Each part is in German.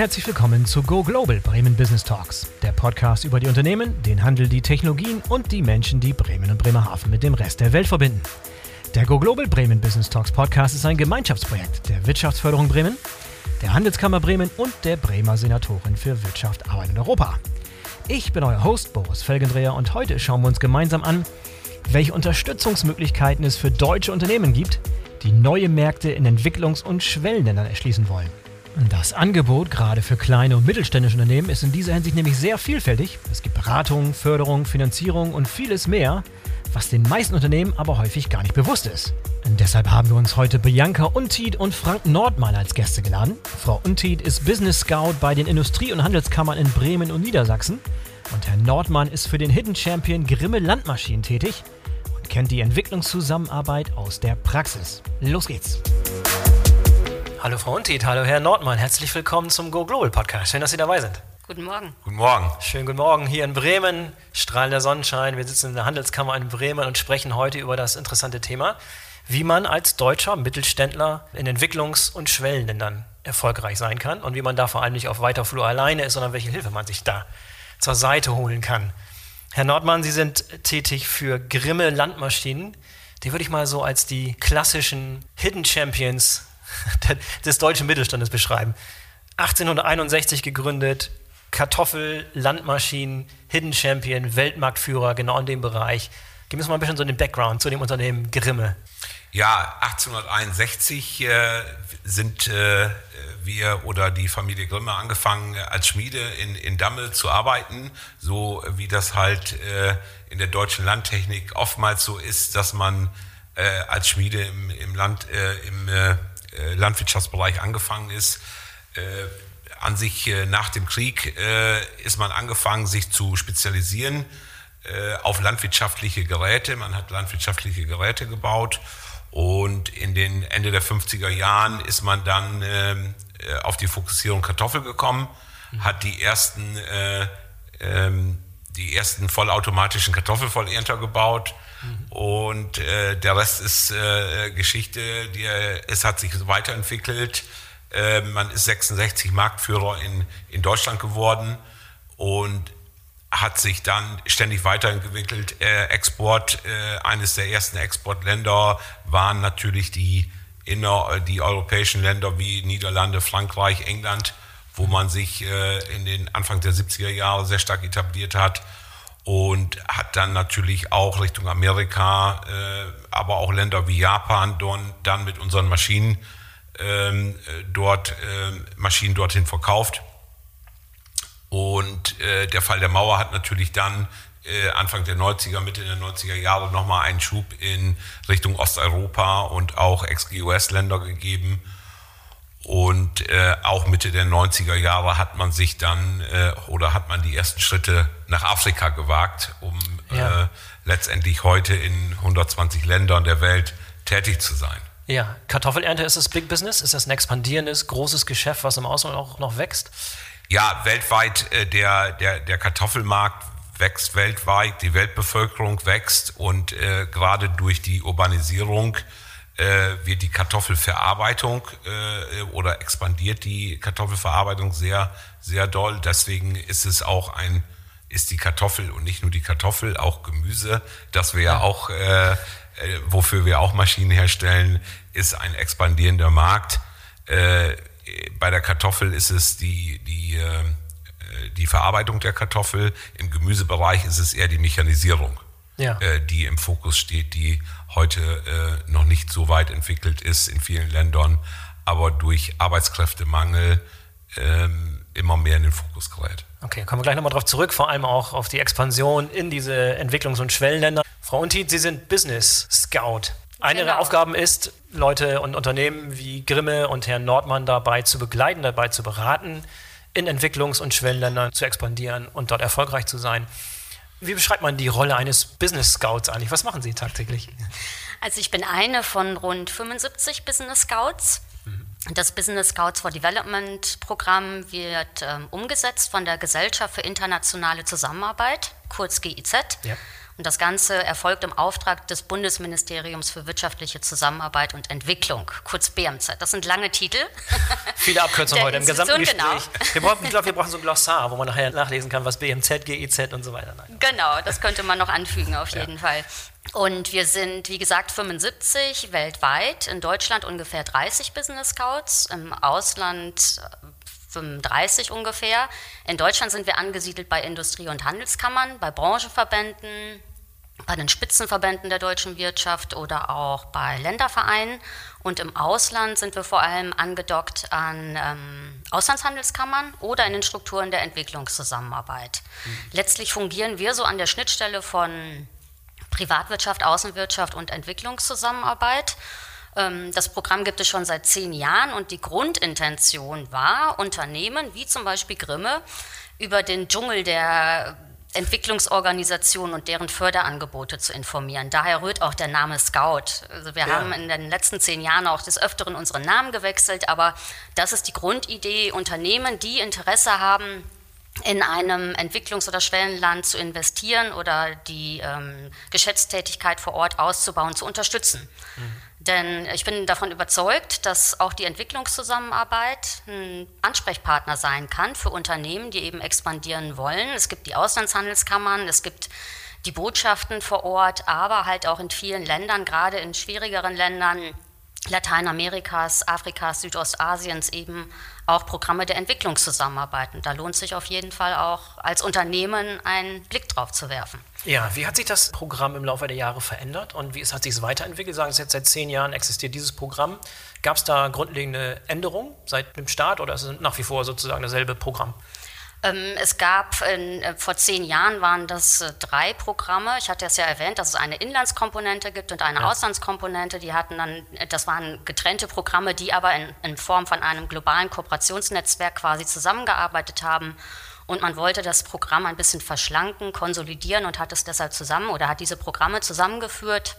herzlich willkommen zu Go Global Bremen Business Talks, der Podcast über die Unternehmen, den Handel, die Technologien und die Menschen, die Bremen und Bremerhaven mit dem Rest der Welt verbinden. Der Go Global Bremen Business Talks Podcast ist ein Gemeinschaftsprojekt der Wirtschaftsförderung Bremen, der Handelskammer Bremen und der Bremer Senatorin für Wirtschaft, Arbeit und Europa. Ich bin euer Host Boris Felgendreher und heute schauen wir uns gemeinsam an, welche Unterstützungsmöglichkeiten es für deutsche Unternehmen gibt, die neue Märkte in Entwicklungs- und Schwellenländern erschließen wollen. Das Angebot, gerade für kleine und mittelständische Unternehmen, ist in dieser Hinsicht nämlich sehr vielfältig. Es gibt Beratung, Förderung, Finanzierung und vieles mehr, was den meisten Unternehmen aber häufig gar nicht bewusst ist. Und deshalb haben wir uns heute Bianca Untied und Frank Nordmann als Gäste geladen. Frau Untied ist Business Scout bei den Industrie- und Handelskammern in Bremen und Niedersachsen. Und Herr Nordmann ist für den Hidden Champion Grimme Landmaschinen tätig und kennt die Entwicklungszusammenarbeit aus der Praxis. Los geht's! Hallo Frau Untied, hallo Herr Nordmann, herzlich willkommen zum Go Global Podcast. Schön, dass Sie dabei sind. Guten Morgen. Guten Morgen. Schönen guten Morgen hier in Bremen, strahlender Sonnenschein. Wir sitzen in der Handelskammer in Bremen und sprechen heute über das interessante Thema, wie man als deutscher Mittelständler in Entwicklungs- und Schwellenländern erfolgreich sein kann und wie man da vor allem nicht auf weiter Flur alleine ist, sondern welche Hilfe man sich da zur Seite holen kann. Herr Nordmann, Sie sind tätig für Grimme Landmaschinen. Die würde ich mal so als die klassischen Hidden Champions des deutschen Mittelstandes beschreiben. 1861 gegründet, Kartoffel-Landmaschinen, Hidden Champion, Weltmarktführer, genau in dem Bereich. Gib uns mal ein bisschen so den Background zu dem Unternehmen Grimme. Ja, 1861 sind wir oder die Familie Grimme angefangen, als Schmiede in Damme zu arbeiten, so wie das halt in der deutschen Landtechnik oftmals so ist, dass man als Schmiede im Landwirtschaftsbereich angefangen ist. An sich nach dem Krieg ist man angefangen, sich zu spezialisieren auf landwirtschaftliche Geräte. Man hat landwirtschaftliche Geräte gebaut und in den Ende der 50er Jahren ist man dann auf die Fokussierung Kartoffel gekommen, hat die ersten vollautomatischen Kartoffelvollernter gebaut. Und der Rest ist Geschichte. Es hat sich weiterentwickelt. Man ist 66 Marktführer in Deutschland geworden und hat sich dann ständig weiterentwickelt. Export, eines der ersten Exportländer waren natürlich die europäischen Länder wie Niederlande, Frankreich, England, wo man sich in den Anfang der 70er Jahre sehr stark etabliert hat. Und hat dann natürlich auch Richtung Amerika, aber auch Länder wie Japan dann mit unseren Maschinen dorthin verkauft. Und der Fall der Mauer hat natürlich dann Anfang der 90er, Mitte der 90er Jahre nochmal einen Schub in Richtung Osteuropa und auch Ex-GUS-Länder gegeben. Und auch Mitte der 90er Jahre hat man sich dann hat man die ersten Schritte nach Afrika gewagt, um letztendlich heute in 120 Ländern der Welt tätig zu sein. Ja, Kartoffelernte, ist das Big Business? Ist das ein expandierendes, großes Geschäft, was im Ausland auch noch wächst? Ja, weltweit, der Kartoffelmarkt wächst weltweit, die Weltbevölkerung wächst und gerade durch die Urbanisierung wird die Kartoffelverarbeitung oder expandiert die Kartoffelverarbeitung sehr, sehr doll. Deswegen ist die Kartoffel und nicht nur die Kartoffel, auch Gemüse, das wir ja auch, wofür wir auch Maschinen herstellen, ist ein expandierender Markt. Bei der Kartoffel ist es die Verarbeitung der Kartoffel. Im Gemüsebereich ist es eher die Mechanisierung, die im Fokus steht, die heute noch nicht so weit entwickelt ist in vielen Ländern, aber durch Arbeitskräftemangel immer mehr in den Fokus gerät. Okay, kommen wir gleich nochmal drauf zurück, vor allem auch auf die Expansion in diese Entwicklungs- und Schwellenländer. Frau Untied, Sie sind Business Scout. Eine Ihrer Aufgaben ist, Leute und Unternehmen wie Grimme und Herrn Nordmann dabei zu begleiten, dabei zu beraten, in Entwicklungs- und Schwellenländern zu expandieren und dort erfolgreich zu sein. Wie beschreibt man die Rolle eines Business Scouts eigentlich? Was machen Sie tagtäglich? Also ich bin eine von rund 75 Business Scouts. Das Business Scouts for Development Programm wird umgesetzt von der Gesellschaft für internationale Zusammenarbeit, kurz GIZ. Ja. Und das Ganze erfolgt im Auftrag des Bundesministeriums für wirtschaftliche Zusammenarbeit und Entwicklung, kurz BMZ. Das sind lange Titel. Viele Abkürzungen heute im gesamten Gespräch. Genau. Ich glaube, wir brauchen so ein Glossar, wo man nachher nachlesen kann, was BMZ, GIZ und so weiter. Genau, das könnte man noch anfügen auf jeden Fall. Und wir sind, wie gesagt, 75 weltweit, in Deutschland ungefähr 30 Business Scouts, im Ausland 35 ungefähr. In Deutschland sind wir angesiedelt bei Industrie- und Handelskammern, bei Branchenverbänden, bei den Spitzenverbänden der deutschen Wirtschaft oder auch bei Ländervereinen. Und im Ausland sind wir vor allem angedockt an Auslandshandelskammern oder in den Strukturen der Entwicklungszusammenarbeit. Letztlich fungieren wir so an der Schnittstelle von Privatwirtschaft, Außenwirtschaft und Entwicklungszusammenarbeit. Das Programm gibt es schon seit 10 Jahren und die Grundintention war, Unternehmen wie zum Beispiel Grimme über den Dschungel der Entwicklungsorganisationen und deren Förderangebote zu informieren. Daher rührt auch der Name Scout. Also wir haben in den letzten 10 Jahren auch des Öfteren unseren Namen gewechselt, aber das ist die Grundidee, Unternehmen, die Interesse haben, in einem Entwicklungs- oder Schwellenland zu investieren oder die Geschäftstätigkeit vor Ort auszubauen, zu unterstützen. Denn ich bin davon überzeugt, dass auch die Entwicklungszusammenarbeit ein Ansprechpartner sein kann für Unternehmen, die eben expandieren wollen. Es gibt die Auslandshandelskammern, es gibt die Botschaften vor Ort, aber halt auch in vielen Ländern, gerade in schwierigeren Ländern Lateinamerikas, Afrikas, Südostasiens eben auch Programme der Entwicklungszusammenarbeit. Und da lohnt sich auf jeden Fall auch als Unternehmen einen Blick drauf zu werfen. Ja, wie hat sich das Programm im Laufe der Jahre verändert und hat sich es weiterentwickelt? Sie sagen, es jetzt seit 10 Jahren existiert dieses Programm. Gab es da grundlegende Änderungen seit dem Start oder ist es nach wie vor sozusagen dasselbe Programm? Es gab, vor 10 Jahren waren das 3 Programme. Ich hatte es ja erwähnt, dass es eine Inlandskomponente gibt und eine Auslandskomponente. Das waren getrennte Programme, die aber in Form von einem globalen Kooperationsnetzwerk quasi zusammengearbeitet haben. Und man wollte das Programm ein bisschen verschlanken, konsolidieren und hat es deshalb hat diese Programme zusammengeführt.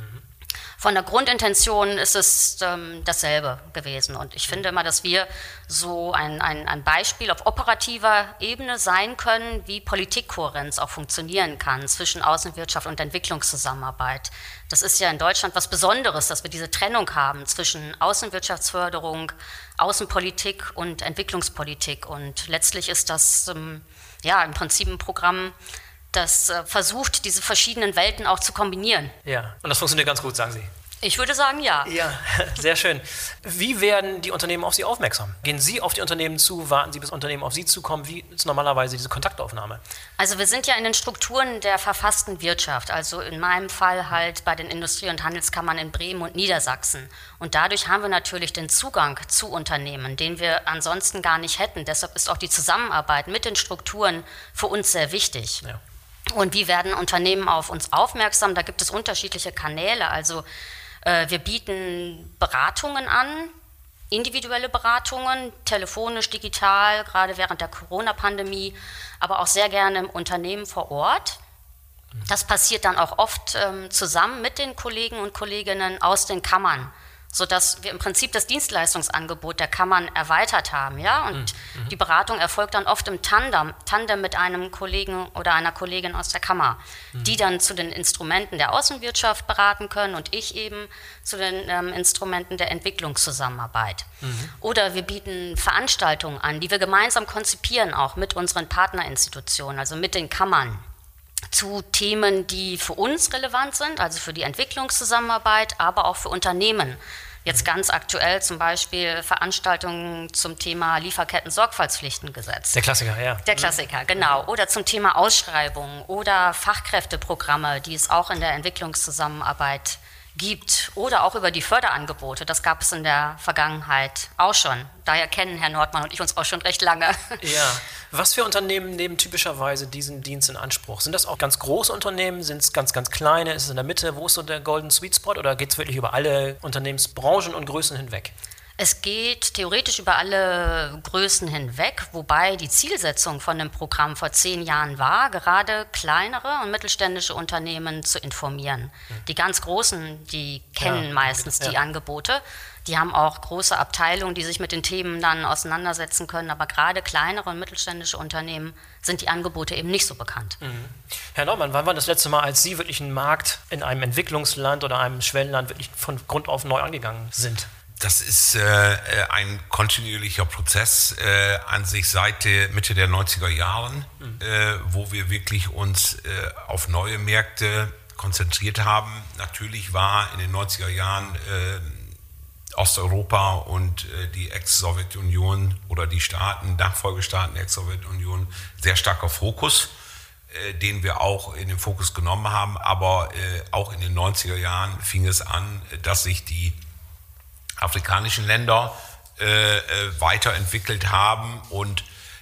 Von der Grundintention ist es dasselbe gewesen. Und ich finde immer, dass wir so ein Beispiel auf operativer Ebene sein können, wie Politikkohärenz auch funktionieren kann zwischen Außenwirtschaft und Entwicklungszusammenarbeit. Das ist ja in Deutschland was Besonderes, dass wir diese Trennung haben zwischen Außenwirtschaftsförderung, Außenpolitik und Entwicklungspolitik. Und letztlich ist das im Prinzip ein Programm, das versucht, diese verschiedenen Welten auch zu kombinieren. Ja, und das funktioniert ganz gut, sagen Sie. Ich würde sagen, ja. Ja, sehr schön. Wie werden die Unternehmen auf Sie aufmerksam? Gehen Sie auf die Unternehmen zu? Warten Sie, bis Unternehmen auf Sie zukommen? Wie ist normalerweise diese Kontaktaufnahme? Also wir sind ja in den Strukturen der verfassten Wirtschaft, also in meinem Fall halt bei den Industrie- und Handelskammern in Bremen und Niedersachsen. Und dadurch haben wir natürlich den Zugang zu Unternehmen, den wir ansonsten gar nicht hätten. Deshalb ist auch die Zusammenarbeit mit den Strukturen für uns sehr wichtig. Ja. Und wie werden Unternehmen auf uns aufmerksam? Da gibt es unterschiedliche Kanäle. Also wir bieten Beratungen an, individuelle Beratungen, telefonisch, digital, gerade während der Corona-Pandemie, aber auch sehr gerne im Unternehmen vor Ort. Das passiert dann auch oft zusammen mit den Kollegen und Kolleginnen aus den Kammern, sodass wir im Prinzip das Dienstleistungsangebot der Kammern erweitert haben. Ja? Und die Beratung erfolgt dann oft im Tandem mit einem Kollegen oder einer Kollegin aus der Kammer, die dann zu den Instrumenten der Außenwirtschaft beraten können und ich eben zu den Instrumenten der Entwicklungszusammenarbeit. Oder wir bieten Veranstaltungen an, die wir gemeinsam konzipieren, auch mit unseren Partnerinstitutionen, also mit den Kammern, zu Themen, die für uns relevant sind, also für die Entwicklungszusammenarbeit, aber auch für Unternehmen. Jetzt ganz aktuell zum Beispiel Veranstaltungen zum Thema Lieferketten-Sorgfaltspflichtengesetz. Der Klassiker, ja. Der Klassiker, genau. Oder zum Thema Ausschreibungen oder Fachkräfteprogramme, die es auch in der Entwicklungszusammenarbeit gibt. Oder auch über die Förderangebote. Das gab es in der Vergangenheit auch schon. Daher kennen Herr Nordmann und ich uns auch schon recht lange. Ja. Was für Unternehmen nehmen typischerweise diesen Dienst in Anspruch? Sind das auch ganz große Unternehmen? Sind es ganz, ganz kleine? Ist es in der Mitte? Wo ist so der Golden Sweet Spot? Oder geht es wirklich über alle Unternehmensbranchen und Größen hinweg? Es geht theoretisch über alle Größen hinweg, wobei die Zielsetzung von dem Programm vor 10 Jahren war, gerade kleinere und mittelständische Unternehmen zu informieren. Die ganz Großen, die kennen meistens die Angebote. Die haben auch große Abteilungen, die sich mit den Themen dann auseinandersetzen können. Aber gerade kleinere und mittelständische Unternehmen sind die Angebote eben nicht so bekannt. Herr Neumann, wann war das letzte Mal, als Sie wirklich einen Markt in einem Entwicklungsland oder einem Schwellenland wirklich von Grund auf neu angegangen sind? Das ist ein kontinuierlicher Prozess an sich seit Mitte der 90er Jahren, wo wir wirklich uns auf neue Märkte konzentriert haben. Natürlich war in den 90er Jahren Osteuropa und die Ex-Sowjetunion oder die Staaten, Nachfolgestaaten der Ex-Sowjetunion sehr starker Fokus, den wir auch in den Fokus genommen haben. Aber auch in den 90er Jahren fing es an, dass sich die afrikanischen Länder weiterentwickelt haben und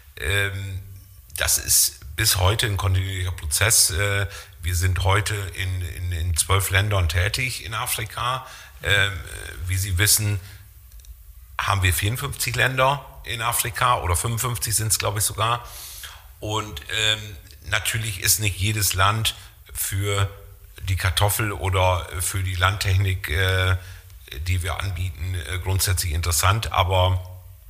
das ist bis heute ein kontinuierlicher Prozess. Wir sind heute in 12 Ländern tätig in Afrika. Wie Sie wissen, haben wir 54 Länder in Afrika oder 55 sind es, glaube ich, sogar. Und natürlich ist nicht jedes Land für die Kartoffel oder für die Landtechnik die wir anbieten, grundsätzlich interessant, aber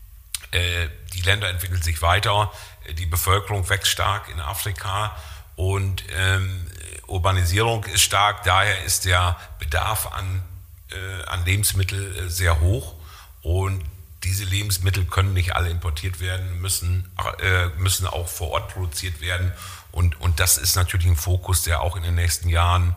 die Länder entwickeln sich weiter, die Bevölkerung wächst stark in Afrika und Urbanisierung ist stark, daher ist der Bedarf an Lebensmitteln sehr hoch und diese Lebensmittel können nicht alle importiert werden, müssen auch vor Ort produziert werden und das ist natürlich ein Fokus, der auch in den nächsten Jahren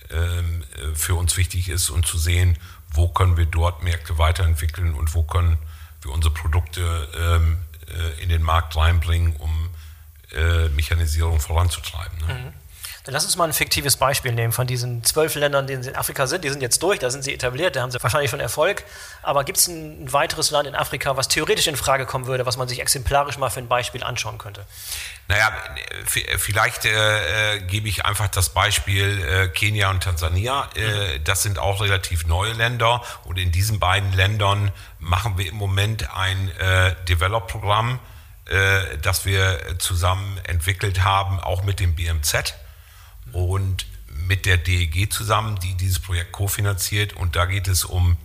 für uns wichtig ist und zu sehen, wo können wir dort Märkte weiterentwickeln und wo können wir unsere Produkte in den Markt reinbringen, um Mechanisierung voranzutreiben. Ne? Dann lass uns mal ein fiktives Beispiel nehmen von diesen 12 Ländern, die in Afrika sind. Die sind jetzt durch, da sind sie etabliert, da haben sie wahrscheinlich schon Erfolg. Aber gibt es ein weiteres Land in Afrika, was theoretisch in Frage kommen würde, was man sich exemplarisch mal für ein Beispiel anschauen könnte? Naja, vielleicht gebe ich einfach das Beispiel Kenia und Tansania. Das sind auch relativ neue Länder und in diesen beiden Ländern machen wir im Moment ein Develop-Programm, das wir zusammen entwickelt haben, auch mit dem BMZ und mit der DEG zusammen, die dieses Projekt kofinanziert. Und da geht es um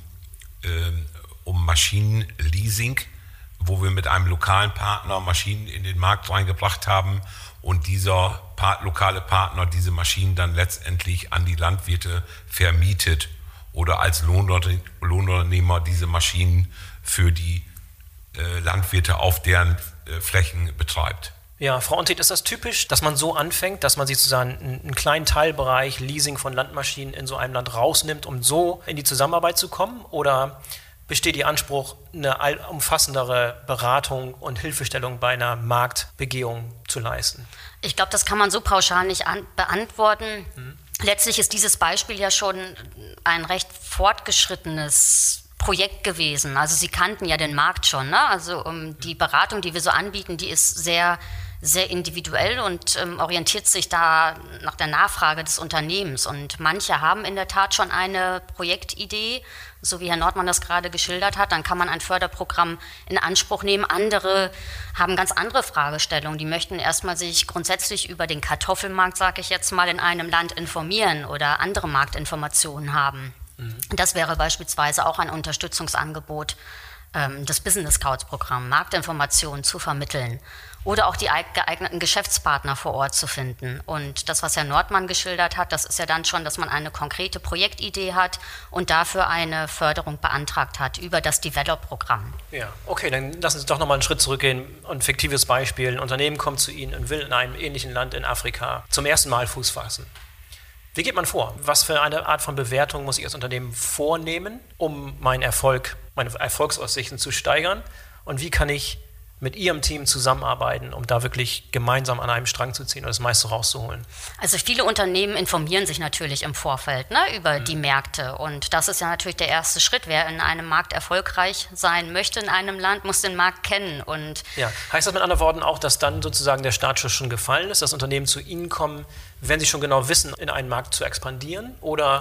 Maschinenleasing, wo wir mit einem lokalen Partner Maschinen in den Markt reingebracht haben und dieser lokale Partner diese Maschinen dann letztendlich an die Landwirte vermietet oder als Lohnunternehmer diese Maschinen für die Landwirte auf deren Flächen betreibt. Ja, Frau Ontiet, ist das typisch, dass man so anfängt, dass man sich sozusagen einen kleinen Teilbereich Leasing von Landmaschinen in so einem Land rausnimmt, um so in die Zusammenarbeit zu kommen? Oder besteht Ihr Anspruch, eine umfassendere Beratung und Hilfestellung bei einer Marktbegehung zu leisten? Ich glaube, das kann man so pauschal nicht beantworten. Letztlich ist dieses Beispiel ja schon ein recht fortgeschrittenes Projekt gewesen. Also Sie kannten ja den Markt schon, ne? Also die Beratung, die wir so anbieten, die ist sehr, sehr individuell und orientiert sich da nach der Nachfrage des Unternehmens. Und manche haben in der Tat schon eine Projektidee, so wie Herr Nordmann das gerade geschildert hat. Dann kann man ein Förderprogramm in Anspruch nehmen. Andere haben ganz andere Fragestellungen. Die möchten erstmal sich grundsätzlich über den Kartoffelmarkt, sage ich jetzt mal, in einem Land informieren oder andere Marktinformationen haben. Das wäre beispielsweise auch ein Unterstützungsangebot des Business Scouts Programm, Marktinformationen zu vermitteln oder auch die geeigneten Geschäftspartner vor Ort zu finden. Und das, was Herr Nordmann geschildert hat, das ist ja dann schon, dass man eine konkrete Projektidee hat und dafür eine Förderung beantragt hat über das Develop-Programm. Ja, okay, dann lassen Sie doch nochmal einen Schritt zurückgehen. Ein fiktives Beispiel, ein Unternehmen kommt zu Ihnen und will in einem ähnlichen Land in Afrika zum ersten Mal Fuß fassen. Wie geht man vor? Was für eine Art von Bewertung muss ich als Unternehmen vornehmen, um meine Erfolgsaussichten zu steigern? Und wie kann ich mit Ihrem Team zusammenarbeiten, um da wirklich gemeinsam an einem Strang zu ziehen und das meiste rauszuholen? Also viele Unternehmen informieren sich natürlich im Vorfeld, ne, über die Märkte. Und das ist ja natürlich der erste Schritt. Wer in einem Markt erfolgreich sein möchte in einem Land, muss den Markt kennen. Und ja, heißt das mit anderen Worten auch, dass dann sozusagen der Startschuss schon gefallen ist, dass Unternehmen zu Ihnen kommen, wenn sie schon genau wissen, in einen Markt zu expandieren? Oder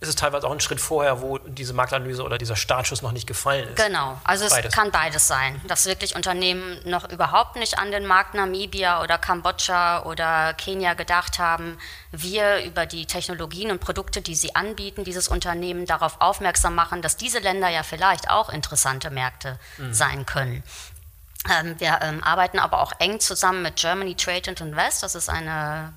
ist es teilweise auch ein Schritt vorher, wo diese Marktanalyse oder dieser Startschuss noch nicht gefallen ist? Genau, also es kann beides sein, dass wirklich Unternehmen noch überhaupt nicht an den Markt Namibia oder Kambodscha oder Kenia gedacht haben. Wir über die Technologien und Produkte, die sie anbieten, dieses Unternehmen darauf aufmerksam machen, dass diese Länder ja vielleicht auch interessante Märkte sein können. Wir arbeiten aber auch eng zusammen mit Germany Trade and Invest, das ist eine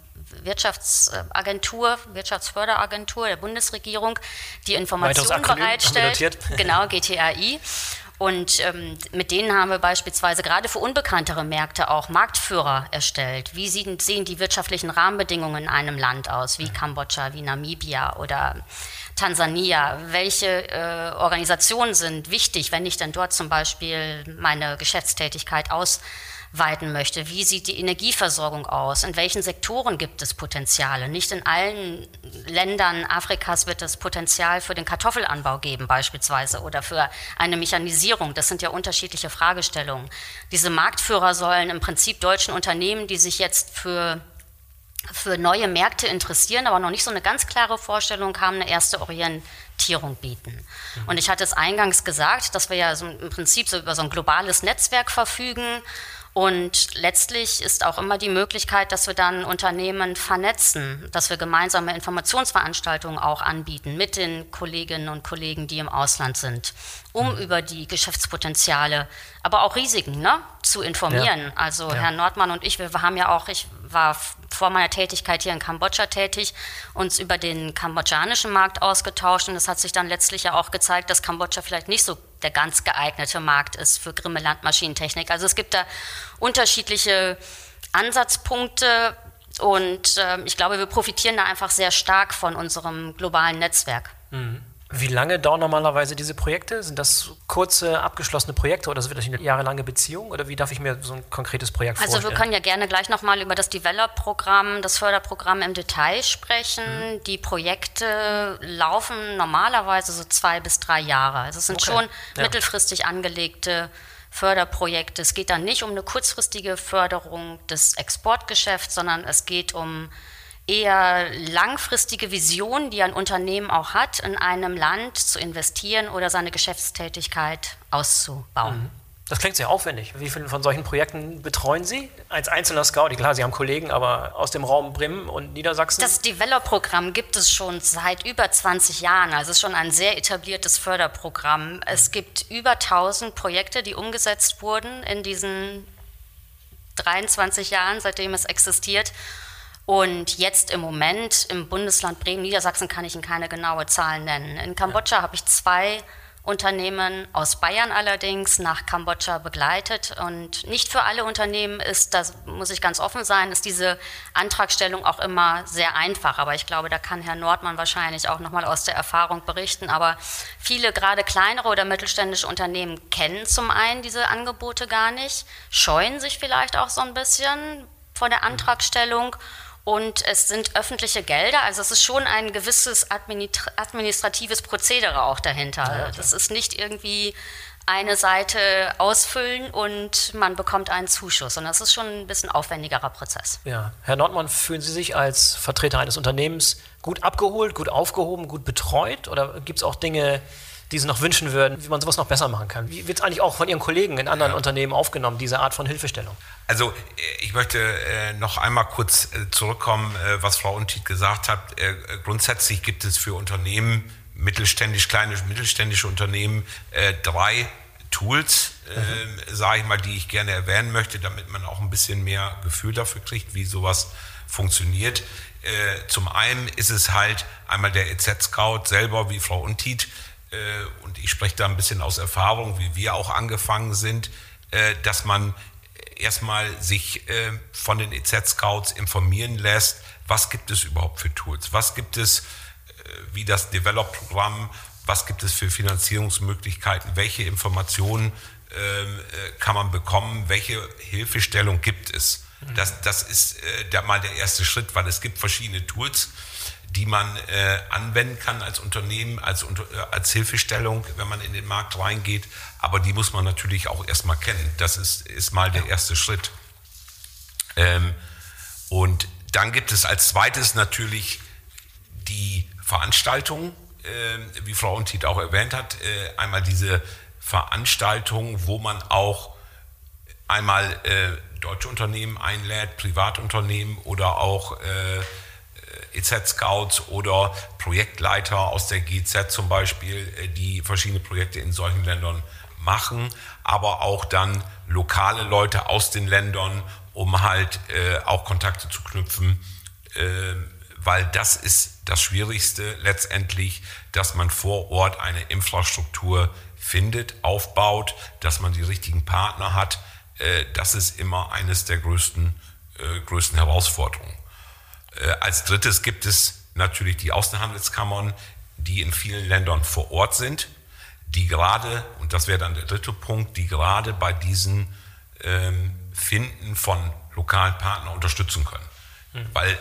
Wirtschaftsförderagentur der Bundesregierung, die Informationen bereitstellt. Genau, GTRI. Und mit denen haben wir beispielsweise gerade für unbekanntere Märkte auch Marktführer erstellt. Wie sehen die wirtschaftlichen Rahmenbedingungen in einem Land aus, wie Kambodscha, wie Namibia oder Tansania? Welche Organisationen sind wichtig, wenn ich dann dort zum Beispiel meine Geschäftstätigkeit ausweiten möchte? Wie sieht die Energieversorgung aus? In welchen Sektoren gibt es Potenziale? Nicht in allen Ländern Afrikas wird es Potenzial für den Kartoffelanbau geben beispielsweise oder für eine Mechanisierung. Das sind ja unterschiedliche Fragestellungen. Diese Marktführer sollen im Prinzip deutschen Unternehmen, die sich jetzt für neue Märkte interessieren, aber noch nicht so eine ganz klare Vorstellung haben, eine erste Orientierung bieten. Und ich hatte es eingangs gesagt, dass wir ja so im Prinzip so über so ein globales Netzwerk verfügen. Und letztlich ist auch immer die Möglichkeit, dass wir dann Unternehmen vernetzen, dass wir gemeinsame Informationsveranstaltungen auch anbieten mit den Kolleginnen und Kollegen, die im Ausland sind, um über die Geschäftspotenziale, aber auch Risiken zu informieren. Ja. Also Herr Nordmann und ich, ich war vor meiner Tätigkeit hier in Kambodscha tätig, uns über den kambodschanischen Markt ausgetauscht und es hat sich dann letztlich ja auch gezeigt, dass Kambodscha vielleicht nicht so der ganz geeignete Markt ist für Grimme Landmaschinentechnik. Also es gibt da unterschiedliche Ansatzpunkte und ich glaube, wir profitieren da einfach sehr stark von unserem globalen Netzwerk. Mhm. Wie lange dauern normalerweise diese Projekte? Sind das kurze, abgeschlossene Projekte oder wird das eine jahrelange Beziehung? Oder wie darf ich mir so ein konkretes Projekt vorstellen? Also wir können ja gerne gleich nochmal über das Develop-Programm, das Förderprogramm im Detail sprechen. Die Projekte laufen normalerweise so 2 bis 3 Jahre. Also es sind schon mittelfristig angelegte Förderprojekte. Es geht dann nicht um eine kurzfristige Förderung des Exportgeschäfts, sondern es geht um eher langfristige Vision, die ein Unternehmen auch hat, in einem Land zu investieren oder seine Geschäftstätigkeit auszubauen. Das klingt sehr aufwendig. Wie viele von solchen Projekten betreuen Sie? Als einzelner Scout, klar, Sie haben Kollegen, aber aus dem Raum Bremen und Niedersachsen? Das Develop-Programm gibt es schon seit über 20 Jahren. Also es ist schon ein sehr etabliertes Förderprogramm. Es gibt über 1000 Projekte, die umgesetzt wurden in diesen 23 Jahren, seitdem es existiert. Und jetzt im Moment im Bundesland Bremen, Niedersachsen kann ich Ihnen keine genaue Zahl nennen. In Kambodscha habe ich 2 Unternehmen aus Bayern allerdings nach Kambodscha begleitet. Und nicht für alle Unternehmen ist, das muss ich ganz offen sein, ist diese Antragstellung auch immer sehr einfach. Aber ich glaube, da kann Herr Nordmann wahrscheinlich auch nochmal aus der Erfahrung berichten. Aber viele, gerade kleinere oder mittelständische Unternehmen kennen zum einen diese Angebote gar nicht, scheuen sich vielleicht auch so ein bisschen vor der Antragstellung. Und es sind öffentliche Gelder, also es ist schon ein gewisses administratives Prozedere auch dahinter. Das ist nicht irgendwie eine Seite ausfüllen und man bekommt einen Zuschuss, sondern es ist schon ein bisschen aufwendigerer Prozess. Ja. Herr Nordmann, fühlen Sie sich als Vertreter eines Unternehmens gut abgeholt, gut aufgehoben, gut betreut? Oder gibt es auch Dinge, die Sie noch wünschen würden, wie man sowas noch besser machen kann? Wie wird es eigentlich auch von Ihren Kollegen in anderen Unternehmen aufgenommen, diese Art von Hilfestellung? Also ich möchte noch einmal kurz zurückkommen, was Frau Untied gesagt hat. Grundsätzlich gibt es für Unternehmen, kleine mittelständische Unternehmen, 3 Tools, sage ich mal, die ich gerne erwähnen möchte, damit man auch ein bisschen mehr Gefühl dafür kriegt, wie sowas funktioniert. Zum einen ist es halt einmal der EZ-Scout selber, wie Frau Untied, und ich spreche da ein bisschen aus Erfahrung, wie wir auch angefangen sind, dass man erstmal sich von den EZ-Scouts informieren lässt, was gibt es überhaupt für Tools, was gibt es, wie das Develop-Programm, was gibt es für Finanzierungsmöglichkeiten, welche Informationen kann man bekommen, welche Hilfestellung gibt es. Das ist mal der erste Schritt, weil es gibt verschiedene Tools, die man anwenden kann als Unternehmen, als Hilfestellung, wenn man in den Markt reingeht. Aber die muss man natürlich auch erstmal kennen. Das ist mal der erste Schritt. Und dann gibt es als zweites natürlich die Veranstaltungen, wie Frau Untied auch erwähnt hat, einmal diese Veranstaltungen, wo man auch einmal deutsche Unternehmen einlädt, Privatunternehmen oder auch EZ-Scouts oder Projektleiter aus der GZ zum Beispiel, die verschiedene Projekte in solchen Ländern machen, aber auch dann lokale Leute aus den Ländern, um halt auch Kontakte zu knüpfen, weil das ist das Schwierigste letztendlich, dass man vor Ort eine Infrastruktur findet, aufbaut, dass man die richtigen Partner hat. Das ist immer eines der größten Herausforderungen. Als drittes gibt es natürlich die Außenhandelskammern, die in vielen Ländern vor Ort sind, die gerade, und das wäre dann der dritte Punkt, die gerade bei diesen Finden von lokalen Partnern unterstützen können. Weil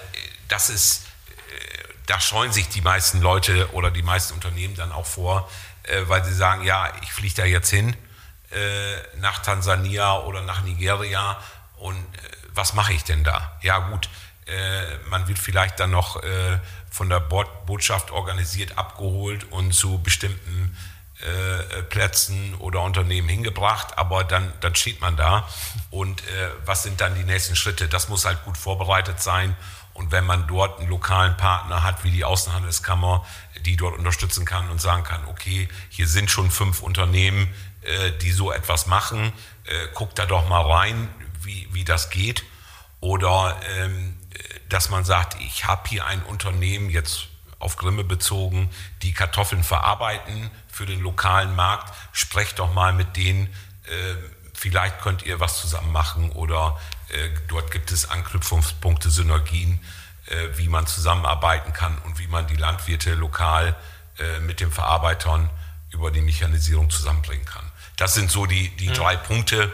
da scheuen sich die meisten Leute oder die meisten Unternehmen dann auch vor, weil sie sagen, ja, ich fliege da jetzt hin nach Tansania oder nach Nigeria und was mache ich denn da? Ja gut, man wird vielleicht dann noch von der Botschaft organisiert abgeholt und zu bestimmten Plätzen oder Unternehmen hingebracht, aber dann steht man da und was sind dann die nächsten Schritte? Das muss halt gut vorbereitet sein und wenn man dort einen lokalen Partner hat, wie die Außenhandelskammer, die dort unterstützen kann und sagen kann, okay, hier sind schon 5 Unternehmen, die so etwas machen, guckt da doch mal rein, wie das geht oder dass man sagt, ich habe hier ein Unternehmen, jetzt auf Grimme bezogen, die Kartoffeln verarbeiten für den lokalen Markt, sprecht doch mal mit denen, vielleicht könnt ihr was zusammen machen oder dort gibt es Anknüpfungspunkte, Synergien, wie man zusammenarbeiten kann und wie man die Landwirte lokal mit den Verarbeitern über die Mechanisierung zusammenbringen kann. Das sind so die 3 Punkte,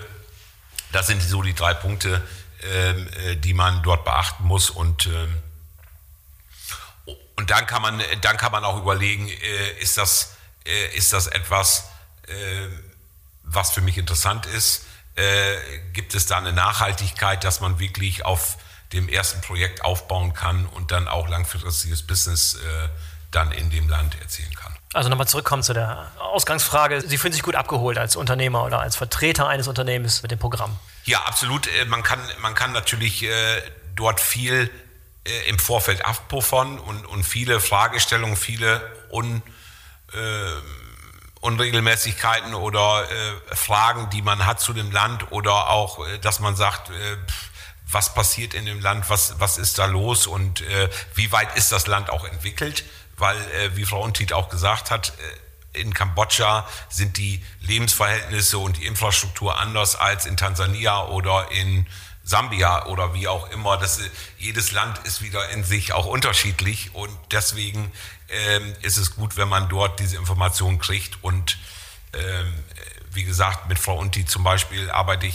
die man dort beachten muss und dann kann man auch überlegen, ist das etwas, was für mich interessant ist? Gibt es da eine Nachhaltigkeit, dass man wirklich auf dem ersten Projekt aufbauen kann und dann auch langfristiges Business dann in dem Land erzielen kann? Also nochmal zurückkommen zu der Ausgangsfrage. Sie fühlen sich gut abgeholt als Unternehmer oder als Vertreter eines Unternehmens mit dem Programm? Ja, absolut. Man kann natürlich dort viel im Vorfeld abpuffern und viele Fragestellungen, viele Unregelmäßigkeiten oder Fragen, die man hat zu dem Land oder auch, dass man sagt, was passiert in dem Land, was ist da los und wie weit ist das Land auch entwickelt, weil, wie Frau Untied auch gesagt hat, in Kambodscha sind die Lebensverhältnisse und die Infrastruktur anders als in Tansania oder in Sambia oder wie auch immer. Jedes Land ist wieder in sich auch unterschiedlich und deswegen ist es gut, wenn man dort diese Informationen kriegt und wie gesagt, mit Frau Untied zum Beispiel arbeiten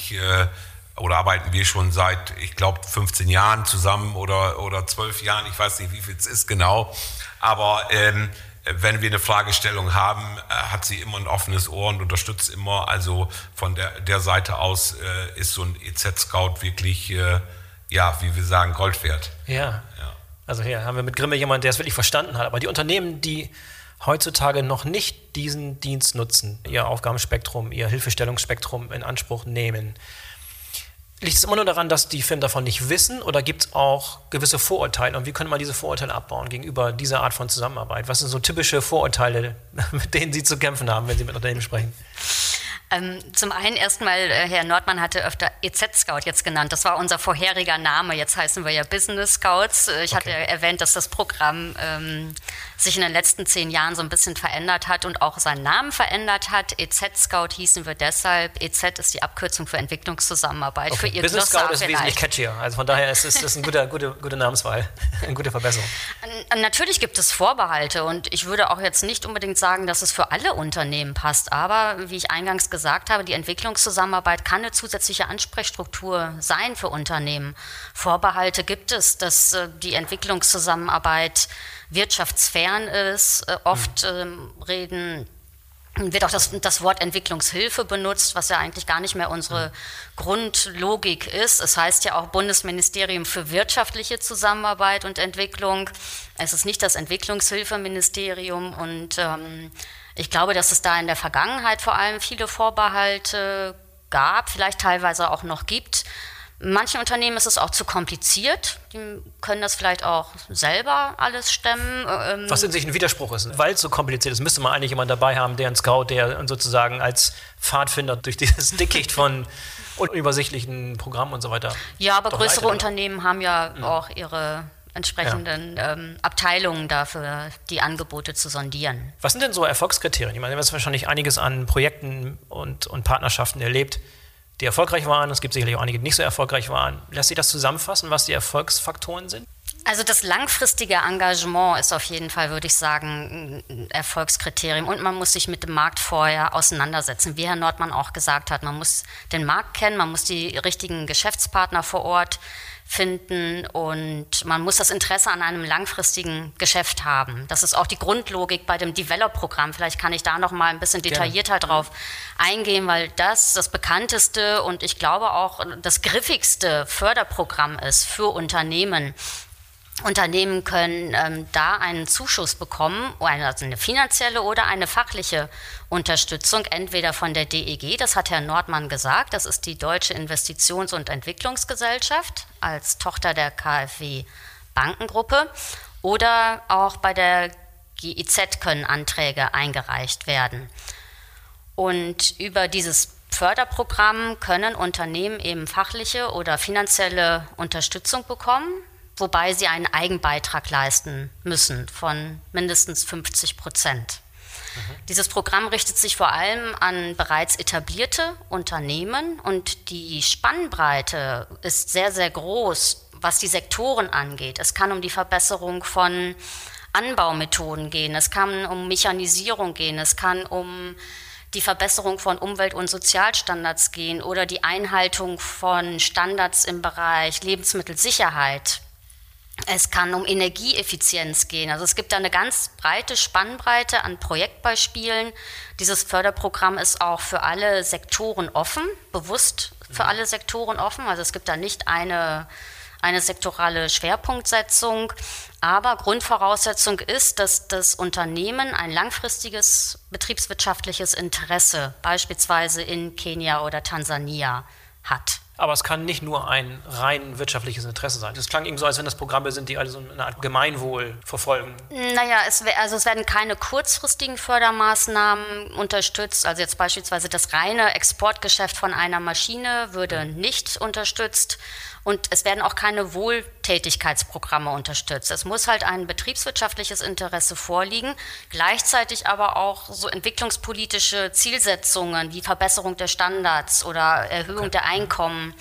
wir schon seit, ich glaube, 15 Jahren zusammen oder 12 Jahren, ich weiß nicht, wie viel es ist genau, aber wenn wir eine Fragestellung haben, hat sie immer ein offenes Ohr und unterstützt immer. Also von der Seite aus ist so ein EZ-Scout wirklich, wie wir sagen, Gold wert. Ja. Also hier haben wir mit Grimme jemanden, der es wirklich verstanden hat. Aber die Unternehmen, die heutzutage noch nicht diesen Dienst nutzen, ihr Aufgabenspektrum, ihr Hilfestellungsspektrum in Anspruch nehmen, liegt es immer nur daran, dass die Firmen davon nicht wissen oder gibt es auch gewisse Vorurteile? Und wie können wir diese Vorurteile abbauen gegenüber dieser Art von Zusammenarbeit? Was sind so typische Vorurteile, mit denen Sie zu kämpfen haben, wenn Sie mit Unternehmen sprechen? Zum einen erstmal, Herr Nordmann hatte öfter EZ-Scout jetzt genannt. Das war unser vorheriger Name. Jetzt heißen wir ja Business Scouts. Ich hatte erwähnt, dass das Programm sich in den letzten 10 Jahren so ein bisschen verändert hat und auch seinen Namen verändert hat. EZ-Scout hießen wir deshalb. EZ ist die Abkürzung für Entwicklungszusammenarbeit. Okay. Für Ihr Business Scout ist wesentlich catchier. Also von daher ist es eine gute Namenswahl, eine gute Verbesserung. Natürlich gibt es Vorbehalte und ich würde auch jetzt nicht unbedingt sagen, dass es für alle Unternehmen passt. Aber wie ich eingangs gesagt habe, die Entwicklungszusammenarbeit kann eine zusätzliche Ansprechstruktur sein für Unternehmen. Vorbehalte gibt es, dass die Entwicklungszusammenarbeit wirtschaftsfern ist. Oft reden wird auch das Wort Entwicklungshilfe benutzt, was ja eigentlich gar nicht mehr unsere Grundlogik ist. Es heißt ja auch Bundesministerium für wirtschaftliche Zusammenarbeit und Entwicklung. Es ist nicht das Entwicklungshilfeministerium und ich glaube, dass es da in der Vergangenheit vor allem viele Vorbehalte gab, vielleicht teilweise auch noch gibt. Manchen Unternehmen ist es auch zu kompliziert. Die können das vielleicht auch selber alles stemmen. Was in sich ein Widerspruch ist. Weil es so kompliziert ist, müsste man eigentlich jemanden dabei haben, der einen Scout, der sozusagen als Pfadfinder durch dieses Dickicht von unübersichtlichen Programmen und so weiter. Ja, aber größere Unternehmen haben ja auch ihre entsprechenden Abteilungen dafür, die Angebote zu sondieren. Was sind denn so Erfolgskriterien? Ich meine, wir haben wahrscheinlich einiges an Projekten und Partnerschaften erlebt, die erfolgreich waren. Es gibt sicherlich auch einige, die nicht so erfolgreich waren. Lässt sich das zusammenfassen, was die Erfolgsfaktoren sind? Also das langfristige Engagement ist auf jeden Fall, würde ich sagen, ein Erfolgskriterium. Und man muss sich mit dem Markt vorher auseinandersetzen. Wie Herr Nordmann auch gesagt hat, man muss den Markt kennen, man muss die richtigen Geschäftspartner vor Ort finden und man muss das Interesse an einem langfristigen Geschäft haben. Das ist auch die Grundlogik bei dem Develop-Programm. Vielleicht kann ich da noch mal ein bisschen detaillierter drauf eingehen, weil das bekannteste und ich glaube auch das griffigste Förderprogramm ist für Unternehmen. Unternehmen können da einen Zuschuss bekommen, also eine finanzielle oder eine fachliche Unterstützung, entweder von der DEG, das hat Herr Nordmann gesagt, das ist die Deutsche Investitions- und Entwicklungsgesellschaft als Tochter der KfW Bankengruppe, oder auch bei der GIZ können Anträge eingereicht werden. Und über dieses Förderprogramm können Unternehmen eben fachliche oder finanzielle Unterstützung bekommen, wobei sie einen Eigenbeitrag leisten müssen von mindestens 50%. Dieses Programm richtet sich vor allem an bereits etablierte Unternehmen und die Spannbreite ist sehr, sehr groß, was die Sektoren angeht. Es kann um die Verbesserung von Anbaumethoden gehen, es kann um Mechanisierung gehen, es kann um die Verbesserung von Umwelt- und Sozialstandards gehen oder die Einhaltung von Standards im Bereich Lebensmittelsicherheit. Es kann um Energieeffizienz gehen. Also es gibt da eine ganz breite Spannbreite an Projektbeispielen. Dieses Förderprogramm ist auch für alle Sektoren offen, bewusst für alle Sektoren offen. Also es gibt da nicht eine sektorale Schwerpunktsetzung. Aber Grundvoraussetzung ist, dass das Unternehmen ein langfristiges betriebswirtschaftliches Interesse, beispielsweise in Kenia oder Tansania, hat. Aber es kann nicht nur ein rein wirtschaftliches Interesse sein. Das klang eben so, als wenn das Programme sind, die alle so eine Art Gemeinwohl verfolgen. Naja, es werden keine kurzfristigen Fördermaßnahmen unterstützt. Also jetzt beispielsweise das reine Exportgeschäft von einer Maschine würde nicht unterstützt. Und es werden auch keine Wohltätigkeitsprogramme unterstützt. Es muss halt ein betriebswirtschaftliches Interesse vorliegen, gleichzeitig aber auch so entwicklungspolitische Zielsetzungen wie Verbesserung der Standards oder Erhöhung der Einkommen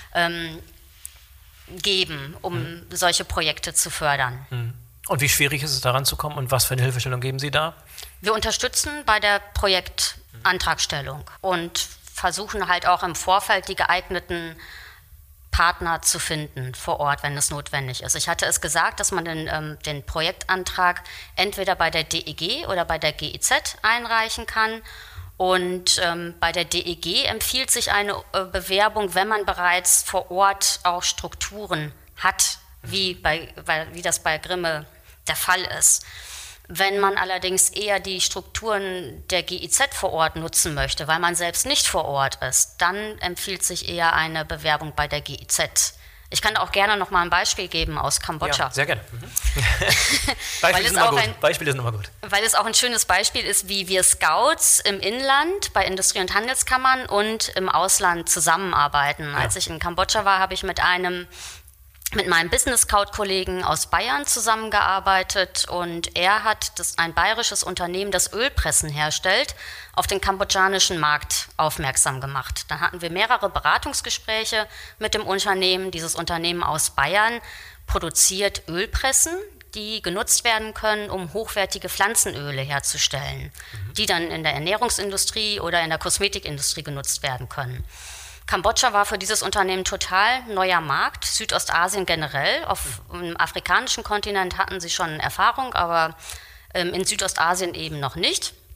geben, um solche Projekte zu fördern. Und wie schwierig ist es, daran zu kommen und was für eine Hilfestellung geben Sie da? Wir unterstützen bei der Projektantragstellung und versuchen halt auch im Vorfeld die geeigneten Partner zu finden vor Ort, wenn es notwendig ist. Ich hatte es gesagt, dass man den Projektantrag entweder bei der DEG oder bei der GIZ einreichen kann. Und bei der DEG empfiehlt sich eine Bewerbung, wenn man bereits vor Ort auch Strukturen hat, wie das bei Grimme der Fall ist. Wenn man allerdings eher die Strukturen der GIZ vor Ort nutzen möchte, weil man selbst nicht vor Ort ist, dann empfiehlt sich eher eine Bewerbung bei der GIZ. Ich kann auch gerne noch mal ein Beispiel geben aus Kambodscha. Ja, sehr gerne. Beispiele sind immer gut. Weil es auch ein schönes Beispiel ist, wie wir Scouts im Inland, bei Industrie- und Handelskammern und im Ausland zusammenarbeiten. Ja. Als ich in Kambodscha war, habe ich mit meinem Business-Scout-Kollegen aus Bayern zusammengearbeitet und er hat ein bayerisches Unternehmen, das Ölpressen herstellt, auf den kambodschanischen Markt aufmerksam gemacht. Dann hatten wir mehrere Beratungsgespräche mit dem Unternehmen. Dieses Unternehmen aus Bayern produziert Ölpressen, die genutzt werden können, um hochwertige Pflanzenöle herzustellen, die dann in der Ernährungsindustrie oder in der Kosmetikindustrie genutzt werden können. Kambodscha war für dieses Unternehmen total neuer Markt, Südostasien generell. Auf dem afrikanischen Kontinent hatten sie schon Erfahrung, aber in Südostasien eben noch nicht.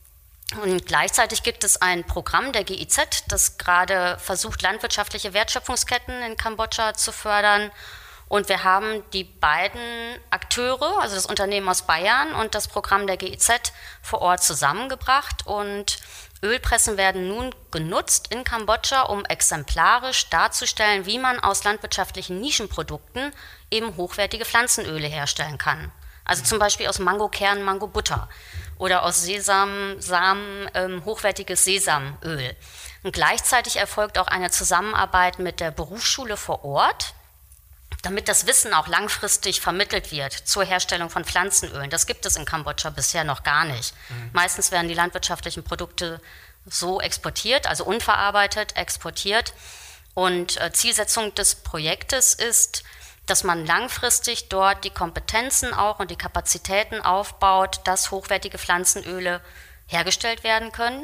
Und gleichzeitig gibt es ein Programm der GIZ, das gerade versucht, landwirtschaftliche Wertschöpfungsketten in Kambodscha zu fördern. Und wir haben die beiden Akteure, also das Unternehmen aus Bayern und das Programm der GIZ, vor Ort zusammengebracht. Und Ölpressen werden nun genutzt in Kambodscha, um exemplarisch darzustellen, wie man aus landwirtschaftlichen Nischenprodukten eben hochwertige Pflanzenöle herstellen kann. Also zum Beispiel aus Mangokernen Mangobutter oder aus Sesamsamen hochwertiges Sesamöl. Und gleichzeitig erfolgt auch eine Zusammenarbeit mit der Berufsschule vor Ort, damit das Wissen auch langfristig vermittelt wird zur Herstellung von Pflanzenölen. Das gibt es in Kambodscha bisher noch gar nicht. Meistens werden die landwirtschaftlichen Produkte so exportiert, also unverarbeitet exportiert. Und Zielsetzung des Projektes ist, dass man langfristig dort die Kompetenzen auch und die Kapazitäten aufbaut, dass hochwertige Pflanzenöle hergestellt werden können.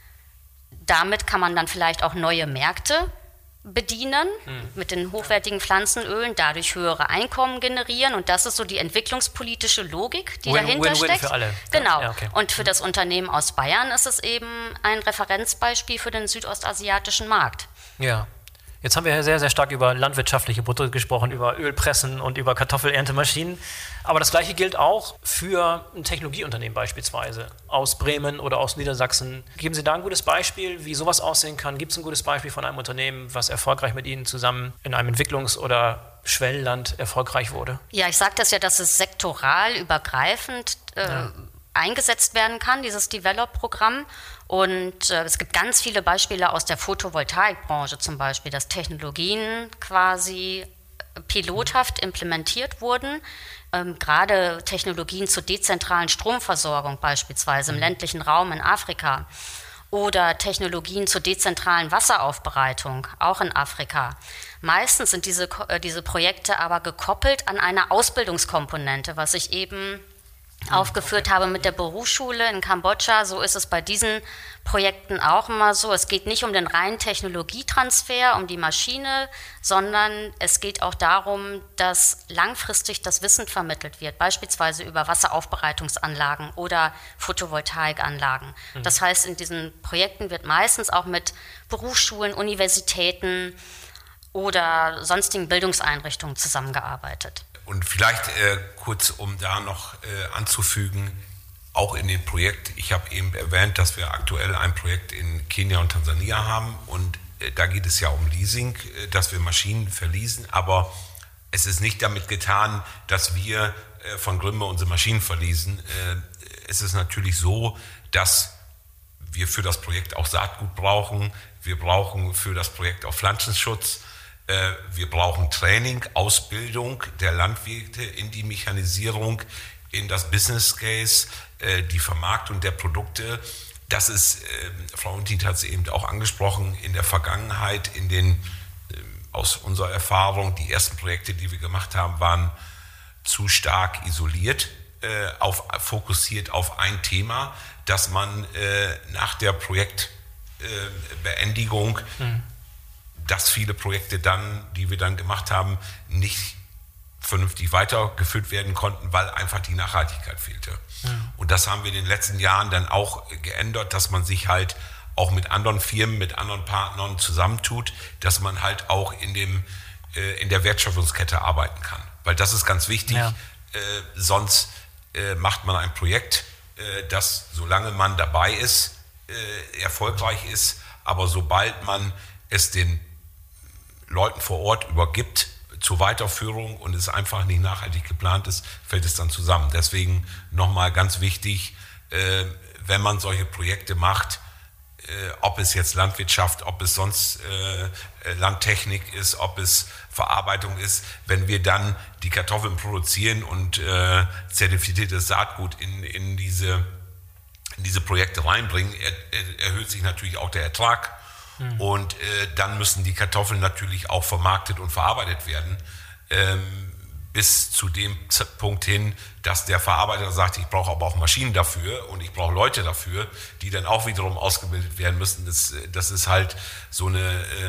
Damit kann man dann vielleicht auch neue Märkte bedienen mit den hochwertigen Pflanzenölen, dadurch höhere Einkommen generieren, und das ist so die entwicklungspolitische Logik, die dahinter steckt. Für alle. Genau. Ja, okay. Und für das Unternehmen aus Bayern ist es eben ein Referenzbeispiel für den südostasiatischen Markt. Ja. Jetzt haben wir sehr, sehr stark über landwirtschaftliche Produkte gesprochen, über Ölpressen und über Kartoffelerntemaschinen. Aber das Gleiche gilt auch für ein Technologieunternehmen beispielsweise aus Bremen oder aus Niedersachsen. Geben Sie da ein gutes Beispiel, wie sowas aussehen kann? Gibt es ein gutes Beispiel von einem Unternehmen, was erfolgreich mit Ihnen zusammen in einem Entwicklungs- oder Schwellenland erfolgreich wurde? Ja, ich sage das ja, dass es sektoral übergreifend eingesetzt werden kann, dieses Develop-Programm. Und es gibt ganz viele Beispiele aus der Photovoltaikbranche zum Beispiel, dass Technologien quasi pilothaft implementiert wurden. Gerade Technologien zur dezentralen Stromversorgung beispielsweise im ländlichen Raum in Afrika. Oder Technologien zur dezentralen Wasseraufbereitung, auch in Afrika. Meistens sind diese Projekte aber gekoppelt an eine Ausbildungskomponente, was ich eben aufgeführt habe mit der Berufsschule in Kambodscha. So ist es bei diesen Projekten auch immer so. Es geht nicht um den reinen Technologietransfer, um die Maschine, sondern es geht auch darum, dass langfristig das Wissen vermittelt wird, beispielsweise über Wasseraufbereitungsanlagen oder Photovoltaikanlagen. Das heißt, in diesen Projekten wird meistens auch mit Berufsschulen, Universitäten oder sonstigen Bildungseinrichtungen zusammengearbeitet. Und vielleicht kurz, um da noch anzufügen, auch in dem Projekt, ich habe eben erwähnt, dass wir aktuell ein Projekt in Kenia und Tansania haben, und da geht es ja um Leasing, dass wir Maschinen verleasen, aber es ist nicht damit getan, dass wir von Grümmer unsere Maschinen verleasen. Es ist natürlich so, dass wir für das Projekt auch Saatgut brauchen, wir brauchen für das Projekt auch Pflanzenschutz, wir brauchen Training, Ausbildung der Landwirte in die Mechanisierung, in das Business Case, die Vermarktung der Produkte. Das ist, Frau Untin hat es eben auch angesprochen, in der Vergangenheit, aus unserer Erfahrung, die ersten Projekte, die wir gemacht haben, waren zu stark isoliert, fokussiert auf ein Thema, dass man nach der Projektbeendigung dass viele Projekte dann, die wir dann gemacht haben, nicht vernünftig weitergeführt werden konnten, weil einfach die Nachhaltigkeit fehlte. Ja. Und das haben wir in den letzten Jahren dann auch geändert, dass man sich halt auch mit anderen Firmen, mit anderen Partnern zusammentut, dass man halt auch in der Wertschöpfungskette arbeiten kann. Weil das ist ganz wichtig, sonst macht man ein Projekt, das, solange man dabei ist, erfolgreich ist, aber sobald man es den Leuten vor Ort übergibt zur Weiterführung und es einfach nicht nachhaltig geplant ist, fällt es dann zusammen. Deswegen nochmal ganz wichtig, wenn man solche Projekte macht, ob es jetzt Landwirtschaft, ob es sonst Landtechnik ist, ob es Verarbeitung ist, wenn wir dann die Kartoffeln produzieren und zertifiziertes Saatgut in diese Projekte reinbringen, erhöht sich natürlich auch der Ertrag. Und dann müssen die Kartoffeln natürlich auch vermarktet und verarbeitet werden, bis zu dem Punkt hin, dass der Verarbeiter sagt, ich brauche aber auch Maschinen dafür und ich brauche Leute dafür, die dann auch wiederum ausgebildet werden müssen. Das ist halt so ein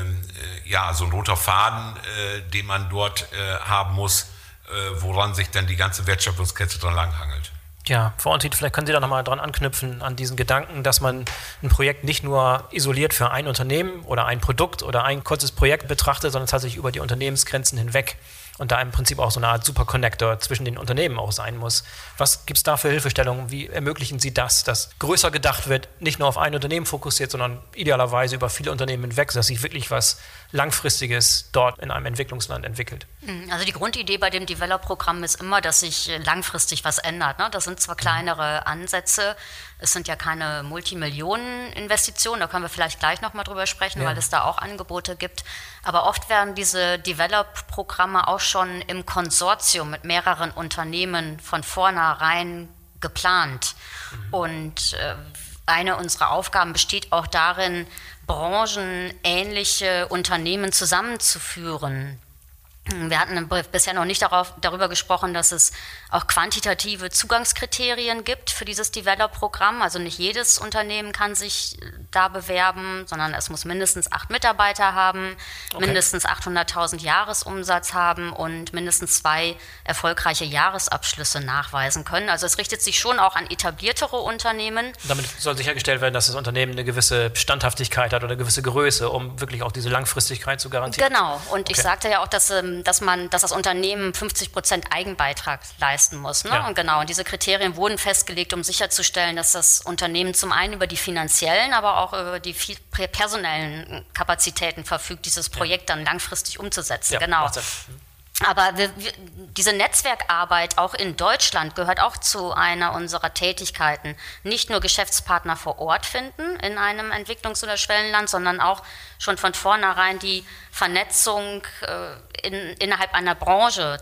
roter Faden, den man dort haben muss, woran sich dann die ganze Wertschöpfungskette dran langhangelt. Ja, Frau Ontied, vielleicht können Sie da nochmal dran anknüpfen, an diesen Gedanken, dass man ein Projekt nicht nur isoliert für ein Unternehmen oder ein Produkt oder ein kurzes Projekt betrachtet, sondern tatsächlich über die Unternehmensgrenzen hinweg und da im Prinzip auch so eine Art Superconnector zwischen den Unternehmen auch sein muss. Was gibt es da für Hilfestellungen? Wie ermöglichen Sie das, dass größer gedacht wird, nicht nur auf ein Unternehmen fokussiert, sondern idealerweise über viele Unternehmen hinweg, dass sich wirklich was Langfristiges dort in einem Entwicklungsland entwickelt? Also die Grundidee bei dem Develop-Programm ist immer, dass sich langfristig was ändert. Ne? Das sind zwar kleinere Ansätze, es sind ja keine Multimillionen-Investitionen, da können wir vielleicht gleich nochmal drüber sprechen, weil es da auch Angebote gibt. Aber oft werden diese Develop-Programme auch schon im Konsortium mit mehreren Unternehmen von vornherein geplant. Und eine unserer Aufgaben besteht auch darin, branchenähnliche Unternehmen zusammenzuführen. Wir hatten bisher noch nicht darüber gesprochen, dass es auch quantitative Zugangskriterien gibt für dieses Develop-Programm. Also nicht jedes Unternehmen kann sich da bewerben, sondern es muss mindestens 8 Mitarbeiter haben, mindestens 800.000 Jahresumsatz haben und mindestens 2 erfolgreiche Jahresabschlüsse nachweisen können. Also es richtet sich schon auch an etabliertere Unternehmen. Damit soll sichergestellt werden, dass das Unternehmen eine gewisse Standhaftigkeit hat oder eine gewisse Größe, um wirklich auch diese Langfristigkeit zu garantieren. Genau. Und ich sagte ja auch, dass das Unternehmen 50% Eigenbeitrag leisten muss. Ne? Ja. Und genau, und diese Kriterien wurden festgelegt, um sicherzustellen, dass das Unternehmen zum einen über die finanziellen, aber auch über die personellen Kapazitäten verfügt, dieses Projekt dann langfristig umzusetzen. Ja, genau. Aber diese Netzwerkarbeit auch in Deutschland gehört auch zu einer unserer Tätigkeiten. Nicht nur Geschäftspartner vor Ort finden in einem Entwicklungs- oder Schwellenland, sondern auch schon von vornherein die Vernetzung innerhalb einer Branche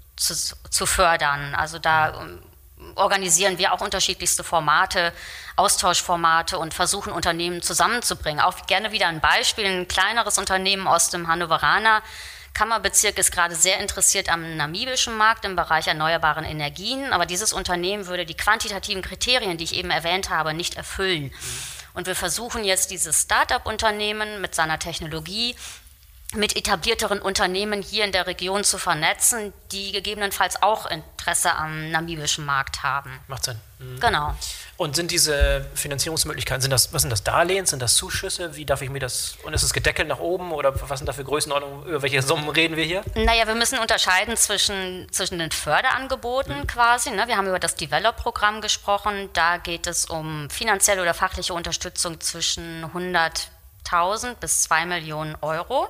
zu fördern. Also da organisieren wir auch unterschiedlichste Formate, Austauschformate und versuchen Unternehmen zusammenzubringen. Auch gerne wieder ein Beispiel, ein kleineres Unternehmen aus dem Hannoveraner Kammerbezirk ist gerade sehr interessiert am namibischen Markt im Bereich erneuerbaren Energien, aber dieses Unternehmen würde die quantitativen Kriterien, die ich eben erwähnt habe, nicht erfüllen. Und wir versuchen jetzt dieses Start-up-Unternehmen mit seiner Technologie mit etablierteren Unternehmen hier in der Region zu vernetzen, die gegebenenfalls auch Interesse am namibischen Markt haben. Macht Sinn. Mhm. Genau. Und sind diese Finanzierungsmöglichkeiten, was sind das, Darlehen, sind das Zuschüsse, wie darf ich mir das, und ist es gedeckelt nach oben oder was sind da für Größenordnungen, über welche Summen reden wir hier? Naja, wir müssen unterscheiden zwischen den Förderangeboten quasi, ne? Wir haben über das Develop-Programm gesprochen, da geht es um finanzielle oder fachliche Unterstützung zwischen 100.000 bis 2 Millionen Euro.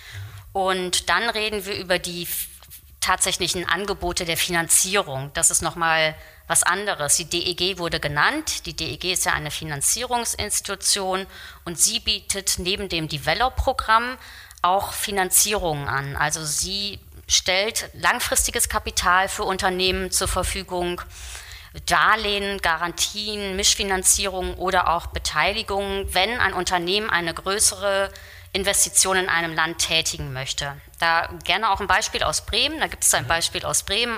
Und dann reden wir über die tatsächlichen Angebote der Finanzierung. Das ist nochmal was anderes. Die DEG wurde genannt. Die DEG ist ja eine Finanzierungsinstitution und sie bietet neben dem Develop-Programm auch Finanzierungen an. Also sie stellt langfristiges Kapital für Unternehmen zur Verfügung, Darlehen, Garantien, Mischfinanzierung oder auch Beteiligung, wenn ein Unternehmen eine größere Investition in einem Land tätigen möchte. Da gerne auch ein Beispiel aus Bremen. Da gibt es ein Beispiel aus Bremen.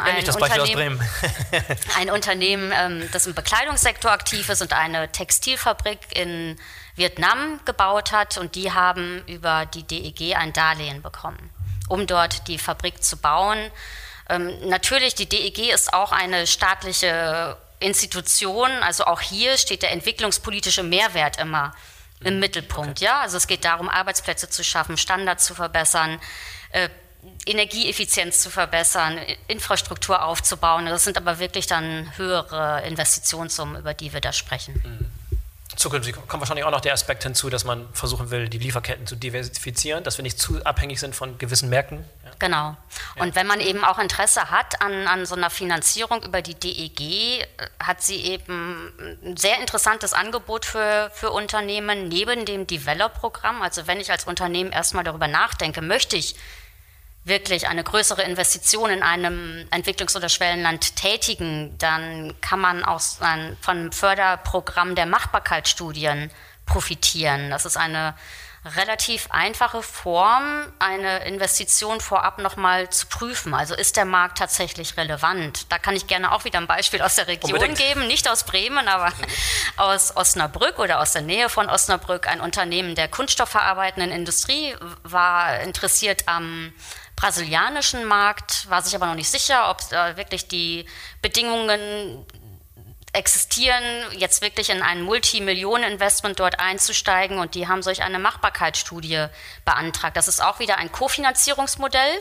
Ein Unternehmen, das im Bekleidungssektor aktiv ist und eine Textilfabrik in Vietnam gebaut hat. Und die haben über die DEG ein Darlehen bekommen, um dort die Fabrik zu bauen. Natürlich, die DEG ist auch eine staatliche Institution. Also auch hier steht der entwicklungspolitische Mehrwert immer im Mittelpunkt, ja. Also es geht darum, Arbeitsplätze zu schaffen, Standards zu verbessern, Energieeffizienz zu verbessern, Infrastruktur aufzubauen. Das sind aber wirklich dann höhere Investitionssummen, über die wir da sprechen. Zukünftig kommt wahrscheinlich auch noch der Aspekt hinzu, dass man versuchen will, die Lieferketten zu diversifizieren, dass wir nicht zu abhängig sind von gewissen Märkten. Ja. Genau. Und wenn man eben auch Interesse hat an so einer Finanzierung über die DEG, hat sie eben ein sehr interessantes Angebot für Unternehmen neben dem Develop-Programm. Also wenn ich als Unternehmen erstmal darüber nachdenke, möchte ich wirklich eine größere Investition in einem Entwicklungs- oder Schwellenland tätigen, dann kann man auch von Förderprogramm der Machbarkeitsstudien profitieren. Das ist eine relativ einfache Form, eine Investition vorab nochmal zu prüfen. Also ist der Markt tatsächlich relevant? Da kann ich gerne auch wieder ein Beispiel aus der Region geben, nicht aus Bremen, aber aus Osnabrück oder aus der Nähe von Osnabrück. Ein Unternehmen der kunststoffverarbeitenden Industrie war interessiert am brasilianischen Markt, war sich aber noch nicht sicher, ob wirklich die Bedingungen existieren, jetzt wirklich in ein Multimillionen-Investment dort einzusteigen, und die haben solch eine Machbarkeitsstudie beantragt. Das ist auch wieder ein Kofinanzierungsmodell.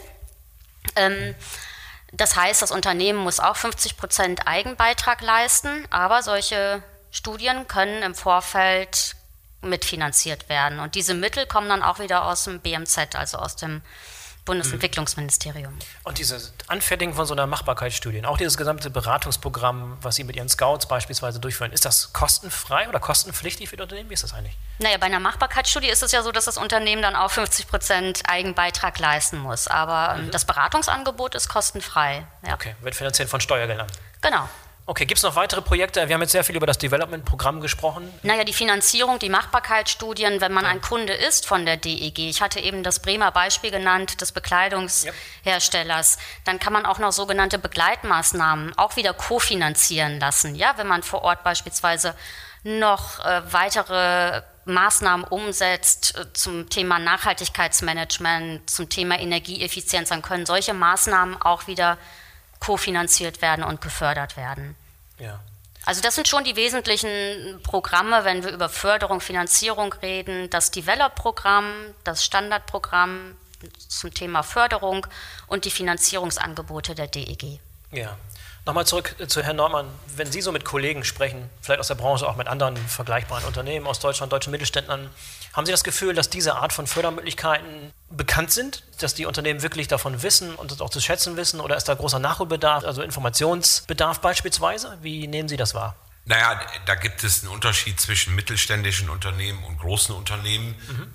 Das heißt, das Unternehmen muss auch 50% Eigenbeitrag leisten, aber solche Studien können im Vorfeld mitfinanziert werden. Und diese Mittel kommen dann auch wieder aus dem BMZ, also aus dem Bundesentwicklungsministerium. Und dieses Anfertigen von so einer Machbarkeitsstudie, auch dieses gesamte Beratungsprogramm, was Sie mit Ihren Scouts beispielsweise durchführen, ist das kostenfrei oder kostenpflichtig für die Unternehmen? Wie ist das eigentlich? Naja, bei einer Machbarkeitsstudie ist es ja so, dass das Unternehmen dann auch 50% Eigenbeitrag leisten muss. Aber das Beratungsangebot ist kostenfrei. Ja. Okay, wird finanziert von Steuergeldern. Genau. Okay, gibt es noch weitere Projekte? Wir haben jetzt sehr viel über das Development-Programm gesprochen. Naja, die Finanzierung, die Machbarkeitsstudien, wenn man ein Kunde ist von der DEG. Ich hatte eben das Bremer Beispiel genannt, des Bekleidungsherstellers. Dann kann man auch noch sogenannte Begleitmaßnahmen auch wieder kofinanzieren lassen. Ja, wenn man vor Ort beispielsweise noch weitere Maßnahmen umsetzt zum Thema Nachhaltigkeitsmanagement, zum Thema Energieeffizienz, dann können solche Maßnahmen auch wieder kofinanziert werden und gefördert werden. Ja. Also das sind schon die wesentlichen Programme, wenn wir über Förderung, Finanzierung reden. Das Develop-Programm, das Standardprogramm zum Thema Förderung und die Finanzierungsangebote der DEG. Ja. Nochmal zurück zu Herrn Neumann. Wenn Sie so mit Kollegen sprechen, vielleicht aus der Branche, auch mit anderen vergleichbaren Unternehmen aus Deutschland, deutschen Mittelständlern, haben Sie das Gefühl, dass diese Art von Fördermöglichkeiten bekannt sind? Dass die Unternehmen wirklich davon wissen und das auch zu schätzen wissen? Oder ist da großer Nachholbedarf, also Informationsbedarf beispielsweise? Wie nehmen Sie das wahr? Naja, da gibt es einen Unterschied zwischen mittelständischen Unternehmen und großen Unternehmen,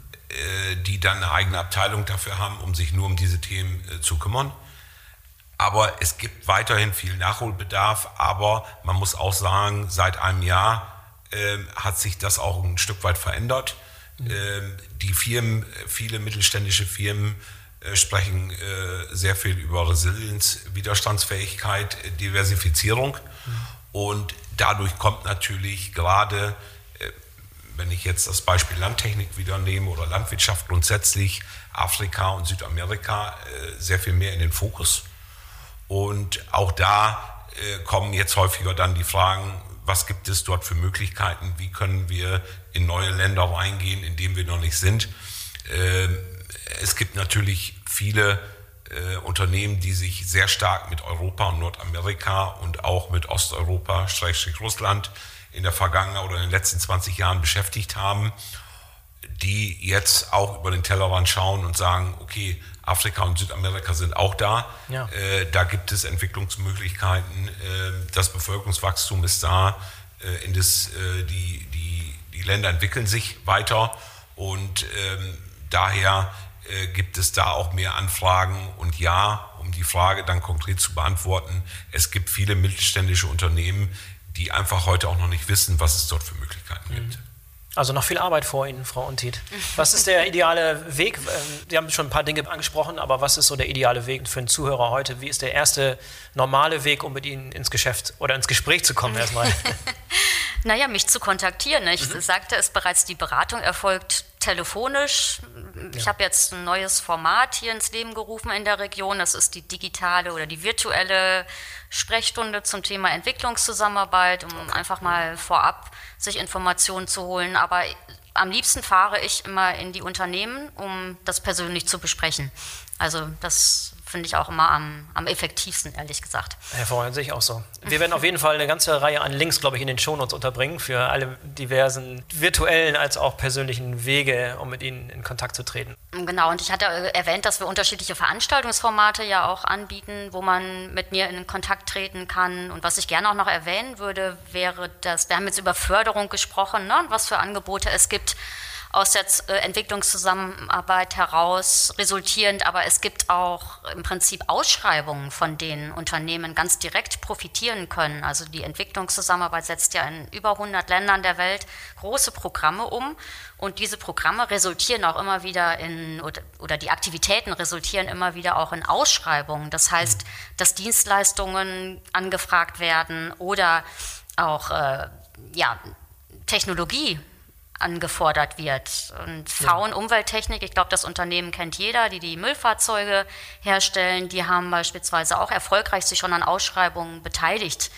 die dann eine eigene Abteilung dafür haben, um sich nur um diese Themen zu kümmern. Aber es gibt weiterhin viel Nachholbedarf, aber man muss auch sagen, seit einem Jahr hat sich das auch ein Stück weit verändert. Die Firmen, viele mittelständische Firmen sprechen sehr viel über Resilienz, Widerstandsfähigkeit, Diversifizierung, und dadurch kommt natürlich gerade, wenn ich jetzt das Beispiel Landtechnik wieder nehme oder Landwirtschaft grundsätzlich, Afrika und Südamerika sehr viel mehr in den Fokus. Und auch da kommen jetzt häufiger dann die Fragen, was gibt es dort für Möglichkeiten, wie können wir in neue Länder reingehen, in denen wir noch nicht sind. Es gibt natürlich viele Unternehmen, die sich sehr stark mit Europa und Nordamerika und auch mit Osteuropa, Russland in der Vergangenheit oder in den letzten 20 Jahren beschäftigt haben, die jetzt auch über den Tellerrand schauen und sagen, okay, Afrika und Südamerika sind auch da. Ja. Da gibt es Entwicklungsmöglichkeiten. Das Bevölkerungswachstum ist da. Die Länder entwickeln sich weiter. Und daher gibt es da auch mehr Anfragen. Und ja, um die Frage dann konkret zu beantworten, es gibt viele mittelständische Unternehmen, die einfach heute auch noch nicht wissen, was es dort für Möglichkeiten gibt. Also noch viel Arbeit vor Ihnen, Frau Untied. Was ist der ideale Weg? Sie haben schon ein paar Dinge angesprochen, aber was ist so der ideale Weg für einen Zuhörer heute? Wie ist der erste normale Weg, um mit Ihnen ins Geschäft oder ins Gespräch zu kommen erstmal? Naja, mich zu kontaktieren. Ich sagte es bereits, die Beratung erfolgt telefonisch. Ich habe jetzt ein neues Format hier ins Leben gerufen in der Region. Das ist die digitale oder die virtuelle Sprechstunde zum Thema Entwicklungszusammenarbeit, um einfach mal vorab sich Informationen zu holen. Aber am liebsten fahre ich immer in die Unternehmen, um das persönlich zu besprechen. Also das finde ich auch immer am effektivsten, ehrlich gesagt. Hervorragend, sehe ich auch so. Wir werden auf jeden Fall eine ganze Reihe an Links, glaube ich, in den Shownotes unterbringen für alle diversen virtuellen als auch persönlichen Wege, um mit Ihnen in Kontakt zu treten. Genau, und ich hatte erwähnt, dass wir unterschiedliche Veranstaltungsformate ja auch anbieten, wo man mit mir in Kontakt treten kann. Und was ich gerne auch noch erwähnen würde, wäre, dass wir haben jetzt über Förderung gesprochen, ne, was für Angebote es gibt aus der Entwicklungszusammenarbeit heraus resultierend, aber es gibt auch im Prinzip Ausschreibungen, von denen Unternehmen ganz direkt profitieren können. Also die Entwicklungszusammenarbeit setzt ja in über 100 Ländern der Welt große Programme um, und diese Programme resultieren auch immer wieder oder die Aktivitäten resultieren immer wieder auch in Ausschreibungen. Das heißt, dass Dienstleistungen angefragt werden oder auch Technologie angefordert wird. Und Frauen-Umwelttechnik, ich glaube, das Unternehmen kennt jeder, die Müllfahrzeuge herstellen, die haben beispielsweise auch erfolgreich sich schon an Ausschreibungen beteiligt,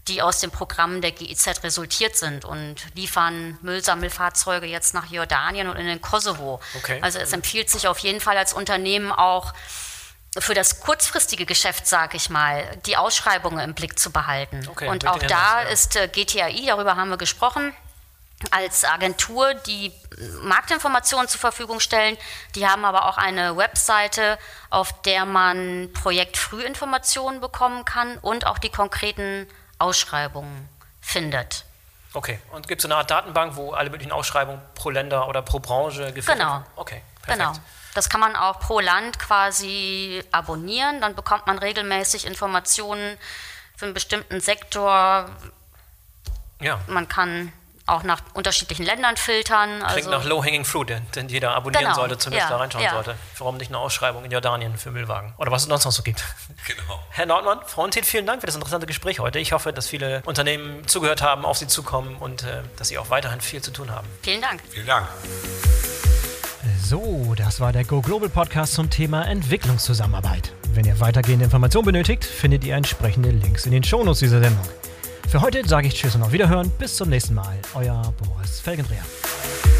die aus dem Programm der GIZ resultiert sind und liefern Müllsammelfahrzeuge jetzt nach Jordanien und in den Kosovo. Okay. Also es empfiehlt sich auf jeden Fall als Unternehmen auch für das kurzfristige Geschäft, sage ich mal, die Ausschreibungen im Blick zu behalten. Okay, und auch da ist GTAI, darüber haben wir gesprochen, als Agentur, die Marktinformationen zur Verfügung stellen. Die haben aber auch eine Webseite, auf der man Projektfrühinformationen bekommen kann und auch die konkreten Ausschreibungen findet. Okay, und gibt es eine Art Datenbank, wo alle möglichen Ausschreibungen pro Länder oder pro Branche geführt werden? Genau. Okay, perfekt. Genau. Das kann man auch pro Land quasi abonnieren. Dann bekommt man regelmäßig Informationen für einen bestimmten Sektor. Ja. Man kann auch nach unterschiedlichen Ländern filtern. Klingt nach Low-Hanging Fruit, den jeder abonnieren sollte, zumindest da reinschauen sollte. Warum nicht eine Ausschreibung in Jordanien für Müllwagen? Oder was es sonst noch so gibt. Genau. Herr Nordmann, Frau Untied, vielen Dank für das interessante Gespräch heute. Ich hoffe, dass viele Unternehmen zugehört haben, auf Sie zukommen und dass Sie auch weiterhin viel zu tun haben. Vielen Dank. Vielen Dank. So, das war der Go Global Podcast zum Thema Entwicklungszusammenarbeit. Wenn ihr weitergehende Informationen benötigt, findet ihr entsprechende Links in den Shownotes dieser Sendung. Für heute sage ich Tschüss und auf Wiederhören. Bis zum nächsten Mal. Euer Boris Felgendreher.